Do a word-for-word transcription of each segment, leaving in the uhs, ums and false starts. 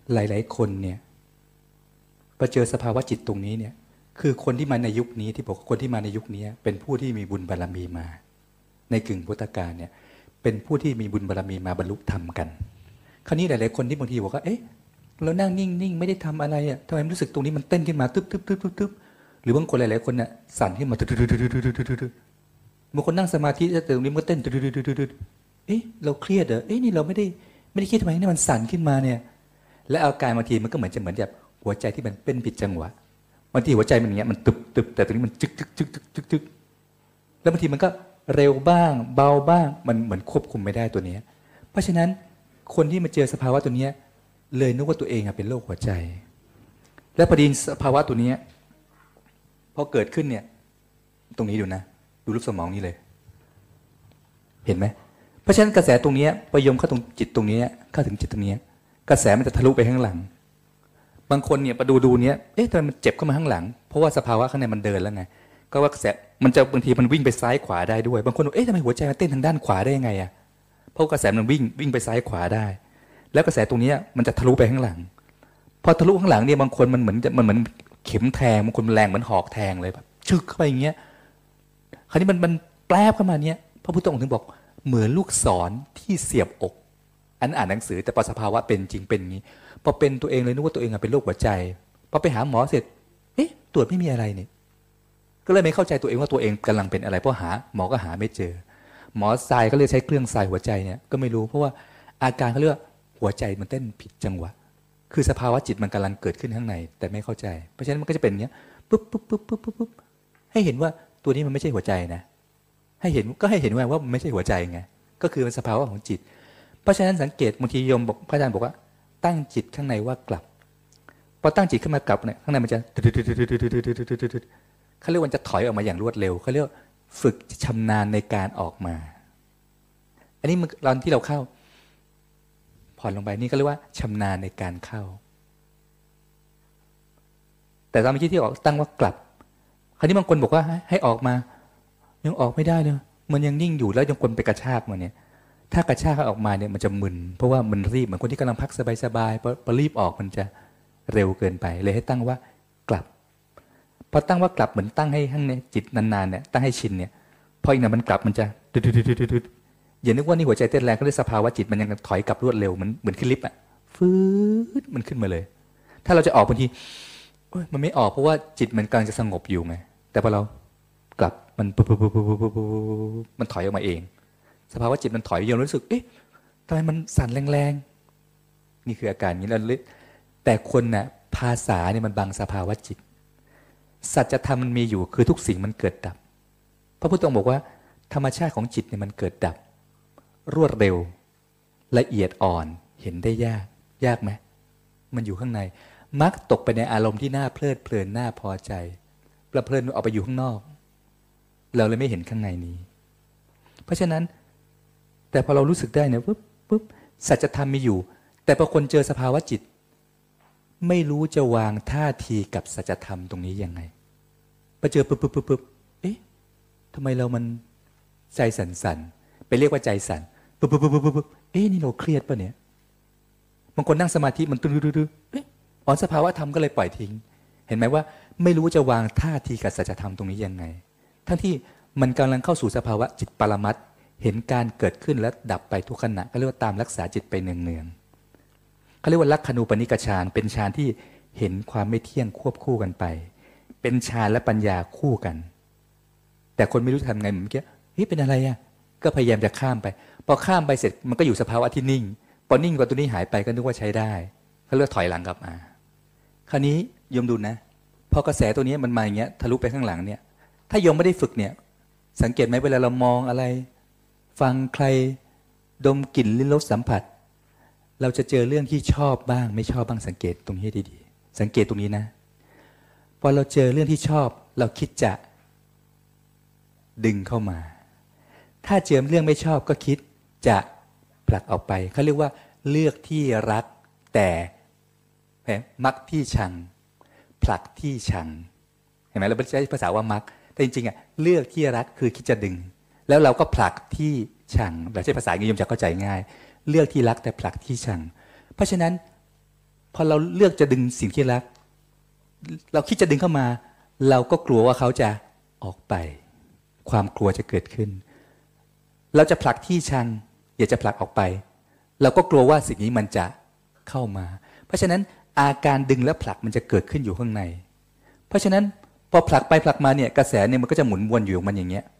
หลายๆคนเนี่ยพอเจอสภาวะจิตตรงนี้เนี่ยคือคนที่มาในยุคนี้ที่บอกคนที่มาในยุคนี้เป็นผู้ที่มีบุญบารมีมาในกึ่งพุทธกาลเนี่ยเป็นผู้ที่มีบุญบารมีมาบรรลุธรรมกันคราวนี้หลายๆคนที่บางทีบอกว่าเอ๊ะเรานั่งนิ่งๆไม่ได้ทำอะไรอ่ะทำไมรู้สึกตรงนี้มันเต้นขึ้นมาตึ๊บตึ๊บตึ๊บตึ๊บตึ๊บหรือบางคนหลายๆคนเนี่ยสั่นขึ้นมาตึ๊บตึ๊บตึ๊บตึ๊บตึ๊บตึ๊บตึ๊บ บางคนนั่งสมาธิแต่ตรงนี้มันเต้นตึ๊ดๆๆเอ๊ะเราเครียดเหรอเอ๊ะนี่เราไม่ได้ไม่ได้เครียดทำไมนี่มันสั่นขึ้นมาเนี่ยและอาการบางทีมันก็เหมือนจะเหมือนแบบหัวใจที่มันเป็นผิดจังหวะบางทีหัวใจมันอย่างเงี้ยมันตึบตึบแต่ตรงนี้มันจึกจึกจึกจึกจึกจึกแล้วบางทีมันก็เร็วบ้างเบาบ้างมันเหมือนควบคุมไม่ได้ตัวนี้เพราะฉะนั้นคนที่มาเจอสภาวะตัวนี้เลยนึกว่าตัวเองเป็นโรคหัวใจและพอดีสภาวะตัวนี้พอเกิดขึ้นเนี่ยตรงนี้ดูนะดูรูปสมองนี้เลยเห็นไหมเพราะฉะนั้นกระแสตรงนี้พอยมเข้าตรงจิตตรงนี้เข้าถึงจิตตรงนี้กระแสมันจะทะลุไปข้างหลังบางคนเนี่ยมาดูดูเนี้ยเอ๊ะทำไมมันเจ็บเข้ามาข้างหลังเพราะว่าสภาวะข้างในมันเดินแล้วไงก็ว่ากระแสมันจะบางทีมันวิ่งไปซ้ายขวาได้ด้วยบางคนเอ๊ะทำไมหัวใจมันเต้นทางด้านขวาได้ยังไงอะเพราะกระแสมันวิ่งวิ่งไปซ้ายขวาได้แล้วกระแสตรงนี้มันจะทะลุไปข้างหลังพอทะลุข้างหลังเนี่ยบางคนมันเหมือนมันเหมือนเข็มแทงบางคนแรงเหมือนหอกแทงเลยแบบชึกเข้าไปอย่างเงี้ยคราวนี้มันมันแปลบเข้ามาเนี้ยพระพุทธองค์ถึงบอกเหมือนลูกศรที่เสียบอกอันอ่านหนังสือแต่พอสภาวะเป็นจริงเป็นอย่างนี้พอเป็นตัวเองเลยนึกว่าตัวเองเป็นโรคหัวใจพอไปหาหมอเสร็จเอ๊ะตรวจไม่มีอะไรนี่ก็เลยไม่เข้าใจตัวเองว่าตัวเองกำลังเป็นอะไรเพราะหาหมอก็หาไม่เจอหมอทรายก็เลยใช้เครื่องทรายหัวใจเนี่ยก็ไม่รู้เพราะว่าอาการเขาเรียกว่าหัวใจมันเต้นผิดจังหวะคือสภาวะจิตมันกำลังเกิดขึ้นข้างในแต่ไม่เข้าใจเพราะฉะนั้นมันก็จะเป็นอย่างเนี้ยปุ๊บปุ๊บปุ๊บปุ๊บปุ๊บให้เห็นว่าตัวนี้มันไม่ใช่หัวใจนะให้เห็นก็ให้เห็นว่าว่ามันไม่ใช่หัวใจไงก็คือเป็นสภาวะของจิตเพราะฉะนั้นสังเกตบางทีโยมบอกพระอาจารย์บอกว่าตั้งจิตข้างในว่ากลับพอตั้งจิตขึ้นมากลับเนี่ยข้างในมันจะเขาเรียกว่าจะถอยออกมาอย่างรวดเร็วเขาเรียกฝึกชำนาญในการออกมาอันนี้ตอนที่เราเข้าผ่อนลงไปนี่ก็เรียกว่าชำนาญในการเข้าแต่ตอนเมื่อกี้ที่ออกตั้งว่ากลับคราวนี้บางคนบอกว่าให้ออกมายังออกไม่ได้เลยมันยังนิ่งอยู่แล้วยังคนไปกระชากมันเนี่ยถ้ากระชากออกมาเนี่ยมันจะมึนเพราะว่ามันรีบเหมือนคนที่กำลังพักสบายๆพอรีบออกมันจะเร็วเกินไปเลยให้ตั้งว่ากลับพอตั้งว่ากลับเหมือนตั้งให้ข้างในจิตนานๆเนี่ยตั้งให้ชินเนี่ยพออีกหน่อยมันกลับมันจะดึดๆๆๆอย่านึกว่านี่หัวใจเต้นแรงก็เลยสภาวะจิตมันยังถอยกลับรวดเร็วเหมือนเหมือนขึ้นลิฟต์อ่ะฟืดมันขึ้นมาเลยถ้าเราจะออกบางทีมันไม่ออกเพราะว่าจิตมันกำลังจะสงบอยู่ไงแต่พอเรากลับมันปุ๊บปุ๊บปุ๊บปุ๊บปุ๊บมันถอยออกมาเองสภาวะจิตมันถอยโยมรู้สึกเอ๊ะทำไมมันสั่นแรงๆนี่คืออาการนี้แล้วแต่คนน่ะภาษาเนี่ยมันบังสภาวะจิตสัจธรรมมันมีอยู่คือทุกสิ่งมันเกิดดับพระพุทธองค์บอกว่าธรรมชาติของจิตเนี่ยมันเกิดดับรวดเร็วละเอียดอ่อนเห็นได้ยากยากไหมมันอยู่ข้างในมักตกไปในอารมณ์ที่น่าเพลิดเพลินน่าพอใจเพลินเอาไปอยู่ข้างนอกเราเลยไม่เห็นข้างในนี้เพราะฉะนั้นแต่พอเรารู้สึกได้เนี่ยปุ๊บปุ๊บสัจธรรมมีอยู่แต่พอคนเจอสภาวะจิตไม่รู้จะวางท่าทีกับสัจธรรมตรงนี้ยังไงพอเจอปุ๊บปุ๊บปุ๊บปุ๊บเอ๊ะทำไมเรามันใจสั่นสั่นไปเรียกว่าใจสั่นปุ๊บปุ๊บปุ๊บปุ๊บปุ๊บเอ๊ะนี่เราเครียดป่ะเนี่ยบางคนนั่งสมาธิมันตื้อตื้อตื้อเอ๊ะอ๋อสภาวะธรรมก็เลยปล่อยทิ้งเห็นไหมว่าไม่รู้จะวางท่าทีกับสัจธรรมตรงนี้ยังไงทั้งที่มันกำลังเข้าสู่สภาวะจิตปรมัตถ์เห็นการเกิดขึ้นและดับไปทุกขณะก็เรียกว่าตามรักษาจิตไปเนืองๆเขาเรียกว่าลักขณูปนิกฌานเป็นฌานที่เห็นความไม่เที่ยงควบคู่กันไปเป็นฌานและปัญญาคู่กันแต่คนไม่รู้จะทำไงเหมือนเมื่อกี้เฮ้ยเป็นอะไรอ่ะก็พยายามจะข้ามไปพอข้ามไปเสร็จมันก็อยู่สภาวะที่นิ่งพอนิ่งกว่าตัวนี้หายไปก็นึกว่าใช้ได้เขาเรียกถอยหลังกลับมาคราวนี้โยมดูนะพอกระแสตัวนี้มันมาอย่างเงี้ยทะลุไปข้างหลังเนี่ยถ้าโยมไม่ได้ฝึกเนี่ยสังเกตไหมเวลาเรามองอะไรฟังใครดมกลิ่นลิ้มรสสัมผัสเราจะเจอเรื่องที่ชอบบ้างไม่ชอบบ้างสังเกตตรงนี้ให้ดีๆสังเกตตรงนี้นะพอเราเจอเรื่องที่ชอบเราคิดจะดึงเข้ามาถ้าเจอเรื่องไม่ชอบก็คิดจะผลักออกไปเขาเรียกว่าเลือกที่รักแต่มักที่ชังผลักที่ชังเห็นไหมเราใช้ภาษาว่ามักแต่จริงๆอ่ะเลือกที่รักคือคิดจะดึงแล้วเราก็ผลักที่ชังแบบใช้ภาษาอย่างนี้โยมจะเข้าใจง่ายเลือกที่รักแต่ผลักที่ชังเพราะฉะนั้นพอเราเลือกจะดึงสิ่งที่รักเราคิดจะดึงเข้ามาเราก็กลัวว่าเขาจะออกไปความกลัวจะเกิดขึ้นเราจะผลักที่ชังอยากจะผลักออกไปเราก็กลัวว่าสิ่งนี้มันจะเข้ามาเพราะฉะนั้นอาการดึงและผลักมันจะเกิดขึ้นอยู่ข้างในเพราะฉะนั้นพอผลักไปผลักมาเนี่ยกระแสเนี่ยมันก็จะหมุนวนอยู่ของมันอย่างเงี้ย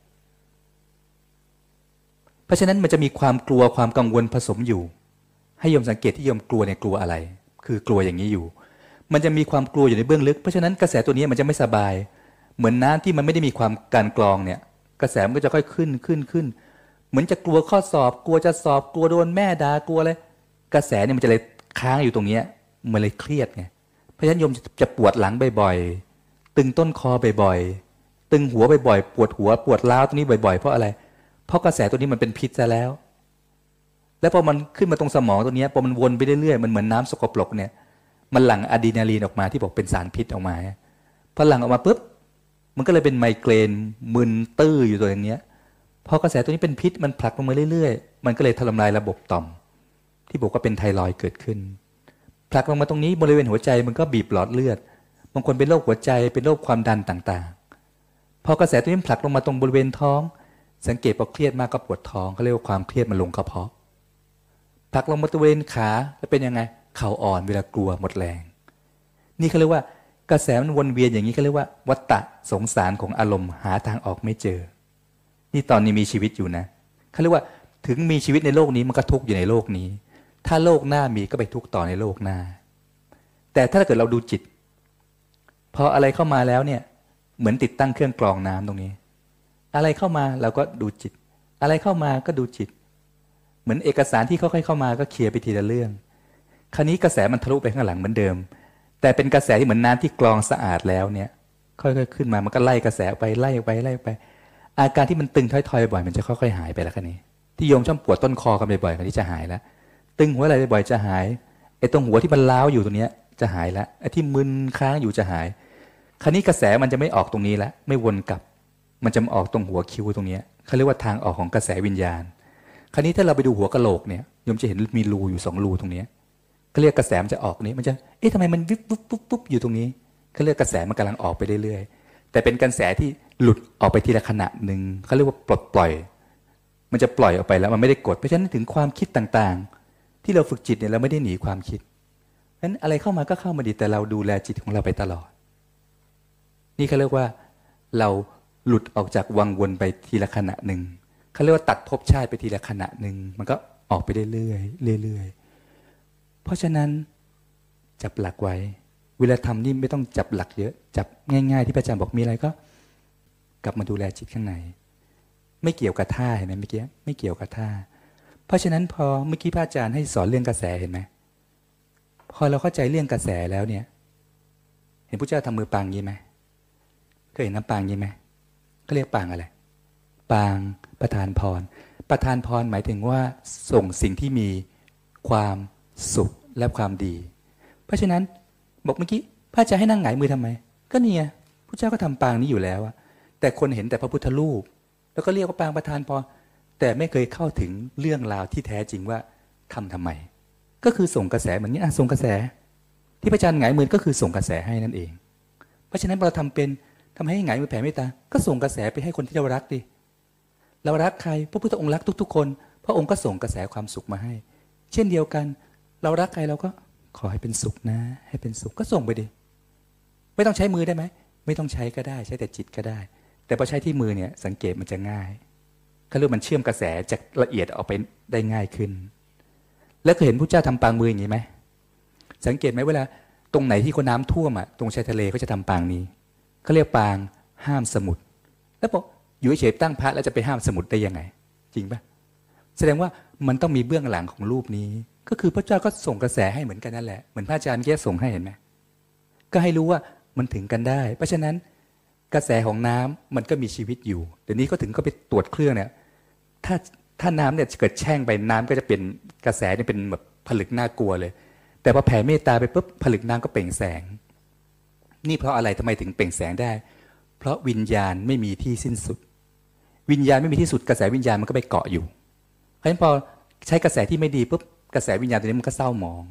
เพราะฉะนั้นมันจะมีความกลัวความกังวลผสมอยู่ให้โยมสังเกตที่โยมกลัวเนี่ยกลัวอะไรคือกลัวอย่างนี้อยู่มันจะมีความกลัวอยู่ในเบื้องลึกเพราะฉะนั้นกระแสตัวนี้มันจะไม่สบายเหมือนน้ำที่มันไม่ได้มีความการกรองเนี่ยกระแสมันก็จะค่อยขึ้นขึ้นขึ้นเหมือนจะกลัวข้อสอบกลัวจะสอบกลัวโดนแม่ด่ากลัวอะไรกระแสเนี่ยมันจะเลยค้างอยู่ตรงนี้มันเลยเครียดไงเพราะฉะนั้นโยมจะปวดหลังบ่อยๆตึงต้นคอบ่อยๆตึงหัวบ่อยๆปวดหัวปวดร้าวตรงนี้บ่อยๆเพราะอะไรเพราะกระแสตัวนี้มันเป็นพิษซะแล้วแล้วพอมันขึ้นมาตรงสมองตัวนี้พอมันวนไปเรื่อยๆมันเหมือนน้ำสกปรกเนี่ยมันหลั่งอะดรีนาลีนออกมาที่บอกเป็นสารพิษออกมาพอหลั่งออกมาปุ๊บมันก็เลยเป็นไมเกรนมึนตื้ออยู่ตัวอย่างเนี้ยพอกระแสตัวนี้เป็นพิษมันผลักลงมาเรื่อยๆมันก็เลยทำลายระบบต่อมที่บอกว่าเป็นไทรอยด์เกิดขึ้นผลักลงมาตรงนี้บริเวณหัวใจมันก็บีบหลอดเลือดบางคนเป็นโรคหัวใจเป็นโรคความดันต่างๆพอกระแสตัวนี้ผลักลงมาตรงบริเวณท้องสังเกตพอเครียดมากก็ปวดท้องเขาเรียกว่าความเครียดมันลงกระเพาะผลักลงมาบริเวณขาแล้วเป็นยังไงเข่าอ่อนเวลากลัวหมดแรงนี่เขาเรียกว่ากระแสมันวนเวียนอย่างนี้เขาเรียกว่าวัฏฏะสงสารของอารมณ์หาทางออกไม่เจอนี่ตอนนี้มีชีวิตอยู่นะเขาเรียกว่าถึงมีชีวิตในโลกนี้มันก็ทุกข์อยู่ในโลกนี้ถ้าโลกหน้ามีก็ไปทุกข์ต่อในโลกหน้าแต่ถ้าเกิดเราดูจิตพออะไรเข้ามาแล้วเนี่ยเหมือนติดตั้งเครื่องกรองน้ำตรงนี้อะไรเข้ามาเราก็ดูจิตอะไรเข้ามาก็ดูจิตเหมือนเอกสารที่ค่อยๆเข้ามาก็เคลียร์ไปทีละเรื่องคราวนี้กระแสมันทะลุไปข้างหลังเหมือนเดิมแต่เป็นกระแสที่เหมือนน้ำที่กรองสะอาดแล้วเนี่ยค่อยๆขึ้นมามันก็ไล่กระแสไปไล่ไปไล่ไปอาการที่มันตึงท้อยๆบ่อยมันจะค่อยๆหายไปแล้วคันนี้ที่โยมชอบปวดต้นคอกันบ่อยๆคันนี้จะหายแล้วตึงหัวไหล่บ่อยๆจะหายไอ้ตรงหัวที่มันล้าวอยู่ตรงนี้จะหายแล้วไอ้ที่มึนค้างอยู่จะหายคันนี้กระแสมันจะไม่ออกตรงนี้แล้วไม่วนกลับมันจะมาออกตรงหัวคิ้วตรงนี้เขาเรียกว่าทางออกของกระแสวิญญาณคราวนี้ถ้าเราไปดูหัวกะโหลกเนี่ยโยมจะเห็นมีรูอยู่สองรูตรงนี้เขาเรียกกระแสมันจะออกนี้มันจะเอ๊ะทำไมมันวิบปุ๊บปุ๊บปุ๊บอยู่ตรงนี้เขาเรียกกระแสมันกำลังออกไปเรื่อยๆแต่เป็นกระแสที่หลุดออกไปทีละขณะหนึ่งเขาเรียกว่าปลดปล่อยมันจะปล่อยออกไปแล้วมันไม่ได้กดเพราะฉะนั้นถึงความคิดต่างๆที่เราฝึกจิตเนี่ยเราไม่ได้หนีความคิดเพราะฉะนั้นอะไรเข้ามาก็เข้ามาดีแต่เราดูแลจิตของเราไปตลอดนี่เขาเรียกว่าเราหลุดออกจากวังวนไปทีละขณะหนึ่งเขาเรียกว่าตัดภพชาติไปทีละขณะหนึ่งมันก็ออกไปเรื่อยๆเรื่อยๆเพราะฉะนั้นจับหลักไว้เวลาทำนี่ไม่ต้องจับหลักเยอะจับง่ายๆที่พระอาจารย์บอกมีอะไรก็กลับมาดูแลจิตข้างในไม่เกี่ยวกับท่าเห็นไหมเมื่อกี้ไม่เกี่ยวกับท่าเพราะฉะนั้นพอเมื่อกี้พระอาจารย์ให้สอนเรื่องกระแสเห็นไหมพอเราเข้าใจเรื่องกระแสแล้วเนี่ยเห็นพระเจ้าทำมือปางงี้ไหมเคยเห็นน้ำปางงี้ไหมเขาเรียกปางอะไรปางประทานพรประทานพรหมายถึงว่าส่งสิ่งที่มีความสุขและความดีเพราะฉะนั้นบอกเมื่อกี้พระอาจารย์ให้นั่งหงายมือทำไมก็เนี่ยพระเจ้าก็ทำปางนี้อยู่แล้วอะแต่คนเห็นแต่พระพุทธรูปแล้วก็เรียกว่าปางประทานพรแต่ไม่เคยเข้าถึงเรื่องราวที่แท้จริงว่าทำทำไมก็คือส่งกระแสเหมือนนี้ส่งกระแสที่พระอาจารย์หงายมือก็คือส่งกระแสให้นั่นเองเพราะฉะนั้นเราทำเป็นทำให้หงายมือแผ่เมตตาก็ส่งกระแสไปให้คนที่เรารักดิเรารักใครพระพุทธองค์รักทุกๆคนพระองค์ก็ส่งกระแสความสุขมาให้เช่นเดียวกันเรารักใครเราก็ขอให้เป็นสุขนะให้เป็นสุขก็ส่งไปดิไม่ต้องใช้มือได้ไหมไม่ต้องใช้ก็ได้ใช้แต่จิตก็ได้แต่พอใช้ที่มือเนี่ยสังเกตมันจะง่ายเขาเรียกมันเชื่อมกระแสจากละเอียดออกไปได้ง่ายขึ้นแล้วก็เห็นพระเจ้าทำปางมืออย่างนี้ไหมสังเกตไหมเวลาตรงไหนที่คนน้ำท่วมอ่ะตรงชายทะเลเขาจะทำปางนี้เขาเรียกปางห้ามสมุทรแล้วบอกอยู่เฉยๆตั้งพระแล้วจะไปห้ามสมุทรได้ยังไงจริงปะแสดงว่ามันต้องมีเบื้องหลังของรูปนี้ก็คือพระเจ้าก็ส่งกระแสให้เหมือนกันนั่นแหละเหมือนพระอาจารย์แค่ส่งให้เห็นไหมก็ให้รู้ว่ามันถึงกันได้เพราะฉะนั้นกระแสของน้ำมันก็มีชีวิตอยู่เดี๋ยวนี้ก็ถึงก็ไปตรวจเครื่องเนี่ยถ้าถ้าน้ำเนี่ยเกิดแช่งไปน้ำก็จะเป็นกระแสเนี่ยเป็นแบบผลึกน่ากลัวเลยแต่พอแผ่เมตตาไปปุ๊บผลึกน้ำก็เปล่งแสงนี่เพราะอะไรทำไมถึงเปล่งแสงได้เพราะวิญญาณไม่มีที่สิ้นสุดวิญญาณไม่มีที่สุดกระแสวิญญาณมันก็ไปเกาะอยู่เพราะฉะนั้นพอใช้กระแสที่ไม่ดีปุ๊บกระแสวิญญาณตัวนี้มันก็เศร้าหมองพ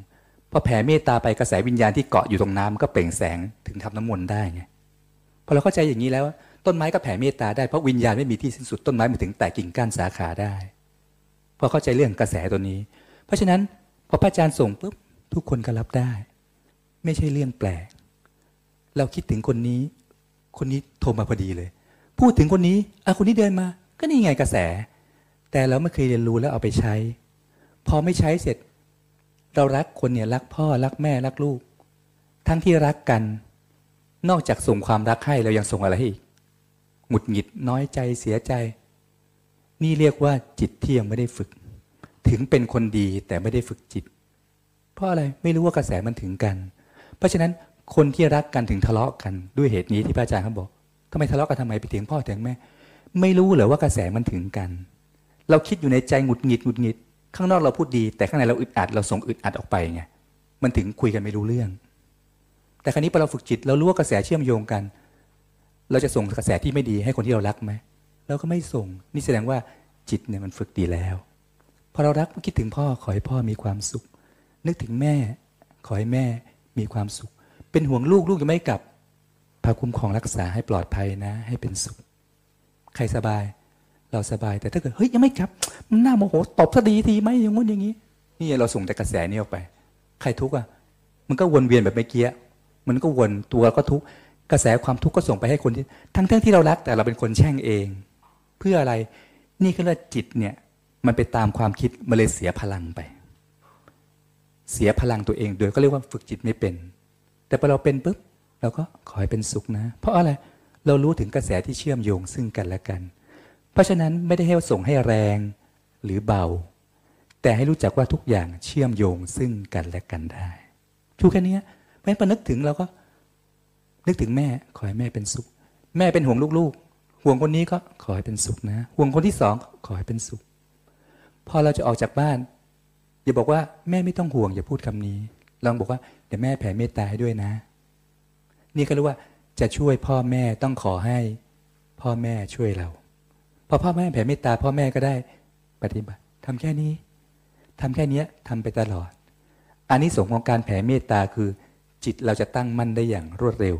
พอแผ่เมตตาไปกระแสวิญญาณที่เกาะอยู่ตรงน้ำมันก็เปล่งแสงถึงทำน้ำมนต์ได้ไงพอเราเข้าใจอย่างนี้แล้วต้นไม้ก็แผ่เมตตาได้เพราะวิญญาณไม่มีที่สิ้นสุดต้นไม้มันถึงแตกกิ่งก้านสาขาได้พอเข้าใจเรื่องกระแสตัวนี้เพราะฉะนั้นพอพระอาจารย์ส่งปุ๊บทุกคนก็รับได้ไม่ใช่เรื่องแปลกเราคิดถึงคนนี้คนนี้โทรมาพอดีเลยพูดถึงคนนี้อ่ะคนนี้เดินมาก็นี่ไงกระแสแต่เราไม่เคยเรียนรู้แล้วเอาไปใช้พอไม่ใช้เสร็จเรารักคนเนี่ยรักพ่อรักแม่รักลูกทั้งที่รักกันนอกจากส่งความรักให้เรายังส่งอะไรให้อีกหงุดหงิดน้อยใจเสียใจนี่เรียกว่าจิตที่ยังไม่ได้ฝึกถึงเป็นคนดีแต่ไม่ได้ฝึกจิตเพราะอะไรไม่รู้ว่ากระแสมันถึงกันเพราะฉะนั้นคนที่รักกันถึงทะเลาะกันด้วยเหตุนี้ที่พระอาจารย์เขาบอกทำไมทะเลาะกันทำไมไปถึงพ่อถึงแม่ไม่รู้เหรอว่ากระแสมันถึงกันเราคิดอยู่ในใจหงุดหงิดหงุดหงิดข้างนอกเราพูดดีแต่ข้างในเราอึดอัดเราส่งอึดอัดออกไปไงมันถึงคุยกันไม่รู้เรื่องแต่ครั้นี้พอเราฝึกจิตเรารู้ว่ากระแสเชื่อมโยงกันเราจะส่งกระแสที่ไม่ดีให้คนที่เรารักไหมเราก็ไม่ส่งนี่แสดงว่าจิตเนี่ยมันฝึกดีแล้วพอเรารักคิดถึงพ่อขอให้พ่อมีความสุขนึกถึงแม่ขอให้แม่มีความสุขเป็นห่วงลูกลูกจะไม่กลับพาคุ้มครองรักษาให้ปลอดภัยนะให้เป็นสุขใครสบายเราสบายแต่ถ้าเกิดเฮ้ยยังไม่กลับมันน่าโมโหตบซะดีทีไหมอย่างงู้นอย่างนี้นี่เราส่งแต่กระแสนี้ออกไปใครทุกข์อ่ะมันก็วนเวียนแบบเมื่อกี้มันก็วนตัวก็ทุกข์กระแสความทุกข์ก็ส่งไปให้คนที่ทั้งทั้งที่เรารักแต่เราเป็นคนแช่งเองเพื่ออะไรนี่คือว่าจิตเนี่ยมันไปตามความคิดมันเลยเสียพลังไปเสียพลังตัวเองโดยก็เรียกว่าฝึกจิตไม่เป็นแต่พอเราเป็นปุ๊บเราก็ขอให้เป็นสุขนะเพราะอะไรเรารู้ถึงกระแสที่เชื่อมโยงซึ่งกันและกันเพราะฉะนั้นไม่ได้ให้ส่งให้แรงหรือเบาแต่ให้รู้จักว่าทุกอย่างเชื่อมโยงซึ่งกันและกันได้ทุกแค่นี้เพราะฉะนั้นพอนึกถึงเราก็นึกถึงแม่ขอให้แม่เป็นสุขแม่เป็นห่วงลูกๆห่วงคนนี้ก็ขอให้เป็นสุขนะห่วงคนที่สองขอให้เป็นสุขพอเราจะออกจากบ้านอย่าบอกว่าแม่ไม่ต้องห่วงอย่าพูดคำนี้ลองบอกว่าเดี๋ยวแม่แผ่เมตตาให้ด้วยนะนี่ก็รู้ว่าจะช่วยพ่อแม่ต้องขอให้พ่อแม่ช่วยเราพอพ่อแม่แผ่เมตตาพ่อแม่ก็ได้ปฏิบัติทำแค่นี้ทำแค่นี้ทำไปตลอดอานิสงส์ของการแผ่เมตตาคือจิตเราจะตั้งมั่นได้อย่างรวดเร็ว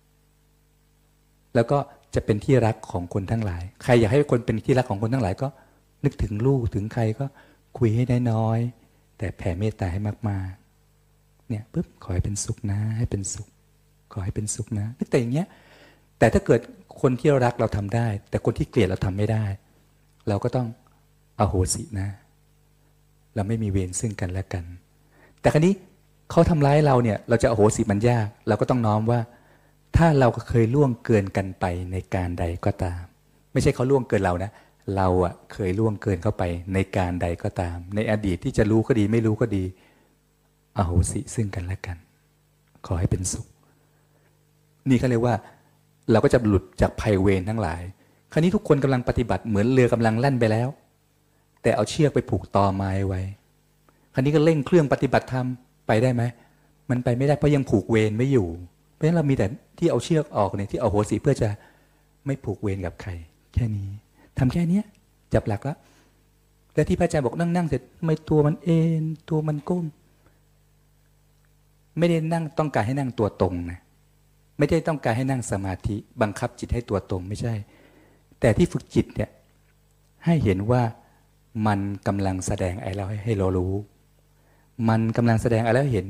แล้วก็จะเป็นที่รักของคนทั้งหลายใครอยากให้คนเป็นที่รักของคนทั้งหลายก็นึกถึงลูกถึงใครก็คุยให้น้อยๆแต่แผ่เมตตาให้มากๆเนี่ยปุ๊บขอให้เป็นสุขนะให้เป็นสุขขอให้เป็นสุขนะนึกแต่อย่างเงี้ยแต่ถ้าเกิดคนที่เรารักเราทำได้แต่คนที่เกลียดเราทำไม่ได้เราก็ต้องอโหสินะเราไม่มีเวรซึ่งกันและกันแต่คราวนี้เขาทำร้ายเราเนี่ยเราจะอโหสิมันยากเราก็ต้องน้อมว่าถ้าเราก็เคยล่วงเกินกันไปในการใดก็ตามไม่ใช่เขาล่วงเกินเรานะเราอะเคยล่วงเกินเข้าไปในการใดก็ตามในอดีตที่จะรู้ก็ดีไม่รู้ก็ดีอโหสิซึ่งกันและกันขอให้เป็นสุขนี่เขาเรียกว่าเราก็จะหลุดจากภัยเวรทั้งหลายคราวนี้ทุกคนกำลังปฏิบัติเหมือนเรือกำลังแล่นไปแล้วแต่เอาเชือกไปผูกตอไม้ไว้คราวนี้ก็เร่งเครื่องปฏิบัติธรรมไปได้ไหมมันไปไม่ได้เพราะยังผูกเวรไม่อยู่เพราะฉะนั้นเรามีแต่ที่เอาเชือกออกเนี่ยที่เอาโหสิเพื่อจะไม่ผูกเวรกับใครแค่นี้ทำแค่นี้จับหลักแล้วและที่พระอาจารย์บอกนั่งนั่งเสร็จไม่ตัวมันเอ็นตัวมันก้มไม่ได้นั่งต้องการให้นั่งตัวตรงนะไม่ได้ต้องการให้นั่งสมาธิบังคับจิตให้ตัวตรงไม่ใช่แต่ที่ฝึกจิตเนี่ยให้เห็นว่ามันกำลังแสดงอะไรเราให้เรารู้มันกำลังแสดงอะไรให้เห็น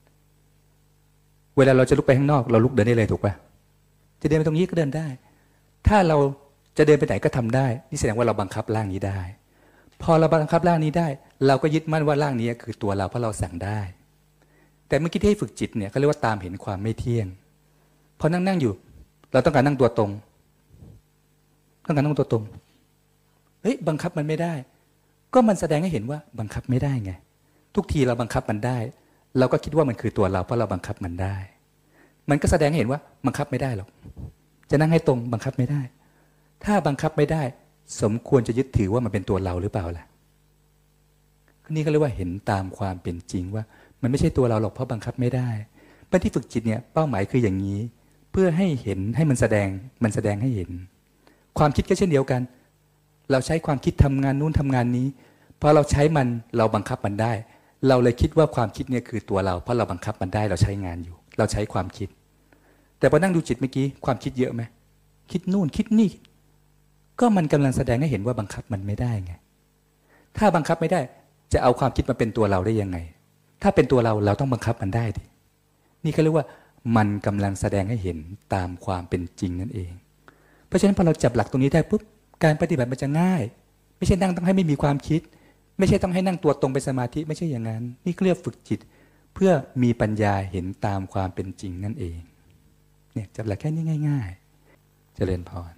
เวลาเราจะลุกไปข้างนอกเราลุกเดินได้เลยถูกป่ะจะเดินไปตรงนี้ก็เดินได้ถ้าเราจะเดินไปไหนก็ทำได้นี่แสดงว่าเราบังคับร่างนี้ได้พอเราบังคับร่างนี้ได้เราก็ยึดมั่นว่าร่างนี้คือตัวเราเพราะเราสั่งได้แต่เมื่อกี้ที่ให้ฝึกจิตเนี่ยเขาเรียกว่าตามเห็นความไม่เที่ยงพอนั่งนั่งอยู่เราต้องการนั่งตัวตรงต้องการนั่งตัวตรงเฮ้ยบังคับมันไม่ได้ก็มันแสดงให้เห็นว่าบังคับไม่ได้ไงทุกทีเราบังคับมันได้เราก็คิดว่ามันคือตัวเราเพราะเราบังคับมันได้มันก็แสดงให้เห็นว่าบังคับไม่ได้หรอกจะนั่งให้ตรงบังคับไม่ได้ถ้าบังคับไม่ได้สมควรจะยึดถือว่ามันเป็นตัวเราหรือเปล่าล่ะนี่ก็เรียกว่าเห็นตามความเป็นจริงว่ามันไม่ใช่ตัวเราหรอกเพราะบังคับไม่ได้เป้าที่ฝึกจิตเนี่ยเป้าหมายคืออย่างนี้เพื่อให้เห็นให้มันแสดงมันแสดงให้เห็นความคิดก็เช่นเดียวกันเราใช้ความคิดทำงานนู้นทำงานนี้พอเราใช้มันเราบังคับมันได้เราเลยคิดว่าความคิดเนี่ยคือตัวเราเพราะเราบังคับมันได้เราใช้งานอยู่เราใช้ความคิดแต่พอนั่งดูจิตเมื่อกี้ความคิดเยอะไหมคิดนู่นคิดนี่ก็มันกำลังแสดงให้เห็นว่าบังคับมันไม่ได้ไงถ้าบังคับไม่ได้จะเอาความคิดมาเป็นตัวเราได้ยังไงถ้าเป็นตัวเราเราต้องบังคับมันได้ดินี่เขาเรียกว่ามันกำลังแสดงให้เห็นตามความเป็นจริงนั่นเองเพราะฉะนั้นพอเราจับหลักตรงนี้ได้ปุ๊บการปฏิบัติมันจะง่ายไม่ใช่นั่งต้องให้ไม่มีความคิดไม่ใช่ต้องให้นั่งตัวตรงเป็นสมาธิไม่ใช่อย่างนั้นนี่เรียกฝึกจิตเพื่อมีปัญญาเห็นตามความเป็นจริงนั่นเองเนี่ยจับหลักแค่นี้ง่ายๆเจริญพร